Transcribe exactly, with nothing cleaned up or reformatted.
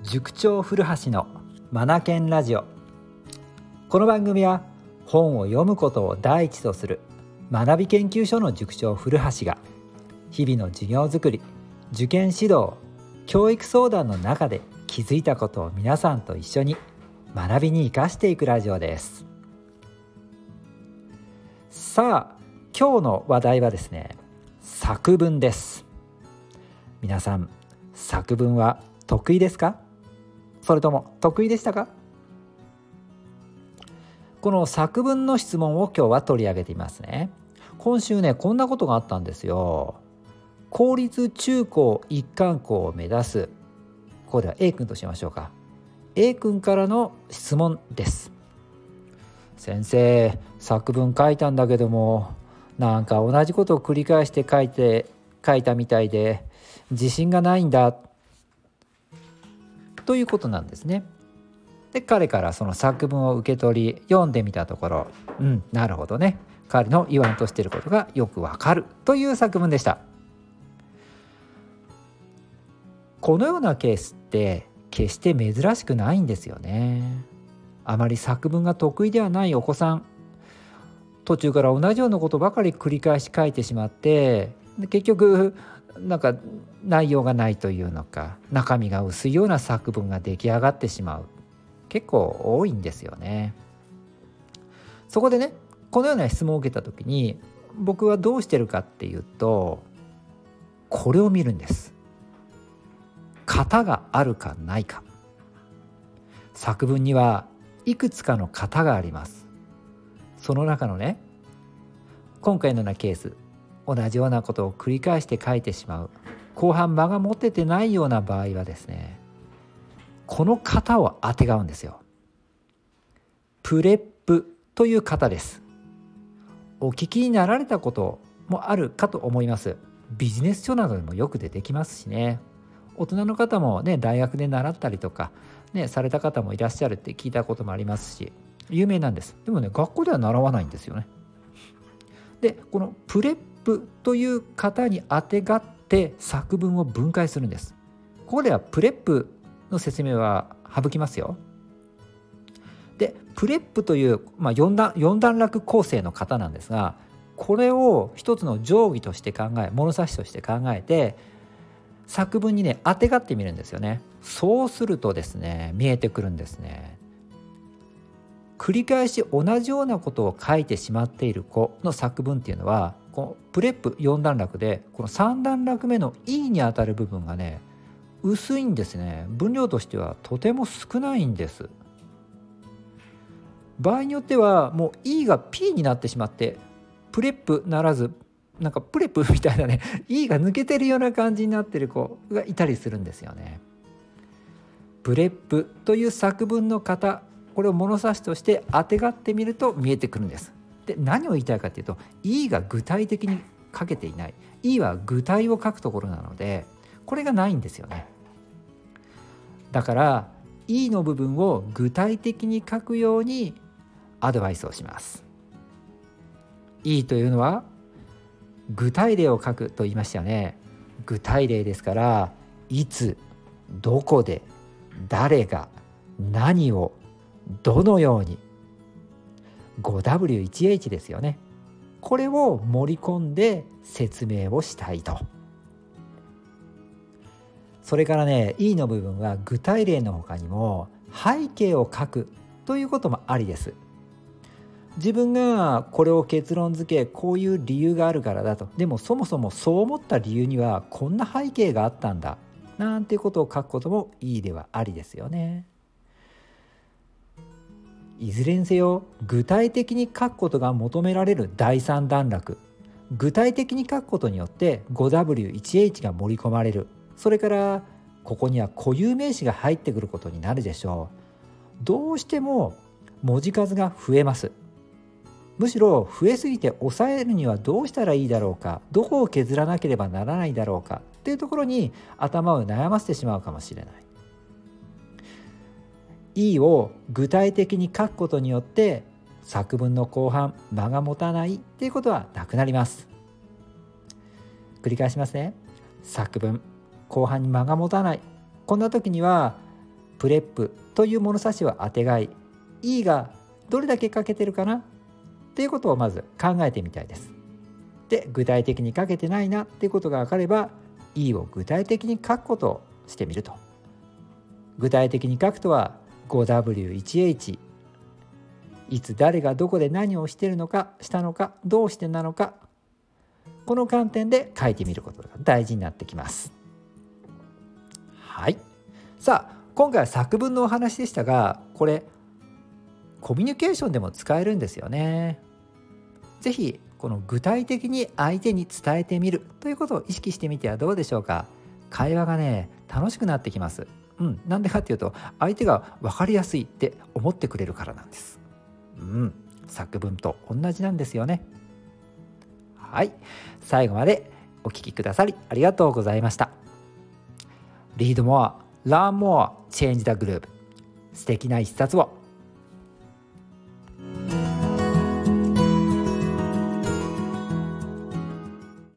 塾長古橋のマナケンラジオ。この番組は本を読むことを第一とする学び研究所の塾長古橋が日々の授業づくり、受験指導、教育相談の中で気づいたことを皆さんと一緒に学びに生かしていくラジオです。さあ、今日の話題はですね、作文です。皆さん、作文は得意ですか？それとも得意でしたか？この作文の質問を今日は取り上げていますね。今週ね、こんなことがあったんですよ。公立中高一貫校を目指す、ここでは A 君としましょうか。A 君からの質問です。先生、作文書いたんだけども、なんか同じことを繰り返して書いて書いたみたいで自信がないんだということなんですね。で、彼からその作文を受け取り読んでみたところ、うん、なるほどね、彼の言わんとしていることがよくわかるという作文でした。このようなケースって決して珍しくないんですよね。あまり作文が得意ではないお子さん、途中から同じようなことばかり繰り返し書いてしまって、結局なんか内容がないというのか、中身が薄いような作文が出来上がってしまう、結構多いんですよね。そこでね、このような質問を受けた時に僕はどうしてるかっていうと、これを見るんです。型があるかないか。作文にはいくつかの型があります。その中のね、今回のようなケース、同じようなことを繰り返して書いてしまう、後半間が持ててないような場合はですね、この型をあてがうんですよ。プレップという型です。お聞きになられたこともあるかと思います。ビジネス書などでもよく出てきますしね。大人の方もね、大学で習ったりとか、ね、された方もいらっしゃるって聞いたこともありますし、有名なんです。でもね、学校では習わないんですよね。で、このプレップという型にあてがって作文を分解するんです。ここではプレップの説明は省きますよ。で、プレップという、まあ、よん段、よん段落構成の型なんですが、これを一つの定規として考え、物差しとして考えて作文にね、あてがってみるんですよね。そうするとですね、見えてくるんですね。繰り返し同じようなことを書いてしまっている子の作文っていうのは、このプレップよん段落でこのさん段落目の E にあたる部分がね、薄いんですね。分量としてはとても少ないんです。場合によってはもう E が P になってしまって、プレップならず、なんかプレップみたいなね、E が抜けてるような感じになってる子がいたりするんですよね。プレップという作文の型、これを物差しとしてあてがってみると見えてくるんです。で、何を言いたいかというと、 E が具体的に書けていない。 E は具体を書くところなので、これがないんですよね。だから E の部分を具体的に書くようにアドバイスをします。 E というのは具体例を書くと言いましたよね。具体例ですから、いつ、どこで、誰が、何を、どのように、 ファイブダブリューワンエイチ ですよね。これを盛り込んで説明をしたいと。それからね、 E の部分は具体例の他にも背景を書くということもありです。自分がこれを結論付け、こういう理由があるからだと。でもそもそもそう思った理由にはこんな背景があったんだ、なんていうことを書くこともいいではありですよね。いずれにせよ、具体的に書くことが求められるだいさん段落、具体的に書くことによって ファイブダブリューワンエイチ が盛り込まれる。それからここには固有名詞が入ってくることになるでしょう。どうしても文字数が増えます。むしろ増えすぎて抑えるにはどうしたらいいだろうか、どこを削らなければならないだろうかっていうところに頭を悩ませてしまうかもしれない。 E を具体的に書くことによって作文の後半間が持たないっていうことはなくなります。繰り返しますね。作文後半に間が持たない、こんな時にはプレップという物差しは当てがい、E がどれだけ書けてるかなっていうことをまず考えてみたいです。で、具体的に書けてないなっていうことが分かれば E を具体的に書くことをしてみると。具体的に書くとは ごダブリューいちエイチ、 いつ誰がどこで何をしているのかしたのかどうしてなのか、この観点で書いてみることが大事になってきます。はい。さあ、今回は作文のお話でしたが、これコミュニケーションでも使えるんですよね。ぜひこの具体的に相手に伝えてみるということを意識してみてはどうでしょうか。会話がね、楽しくなってきます。うん、なんでかっていうと、相手が分かりやすいって思ってくれるからなんです。うん、作文と同じなんですよね。はい、最後までお聞きくださりありがとうございました。Read more, learn more, change the group。素敵な一冊を。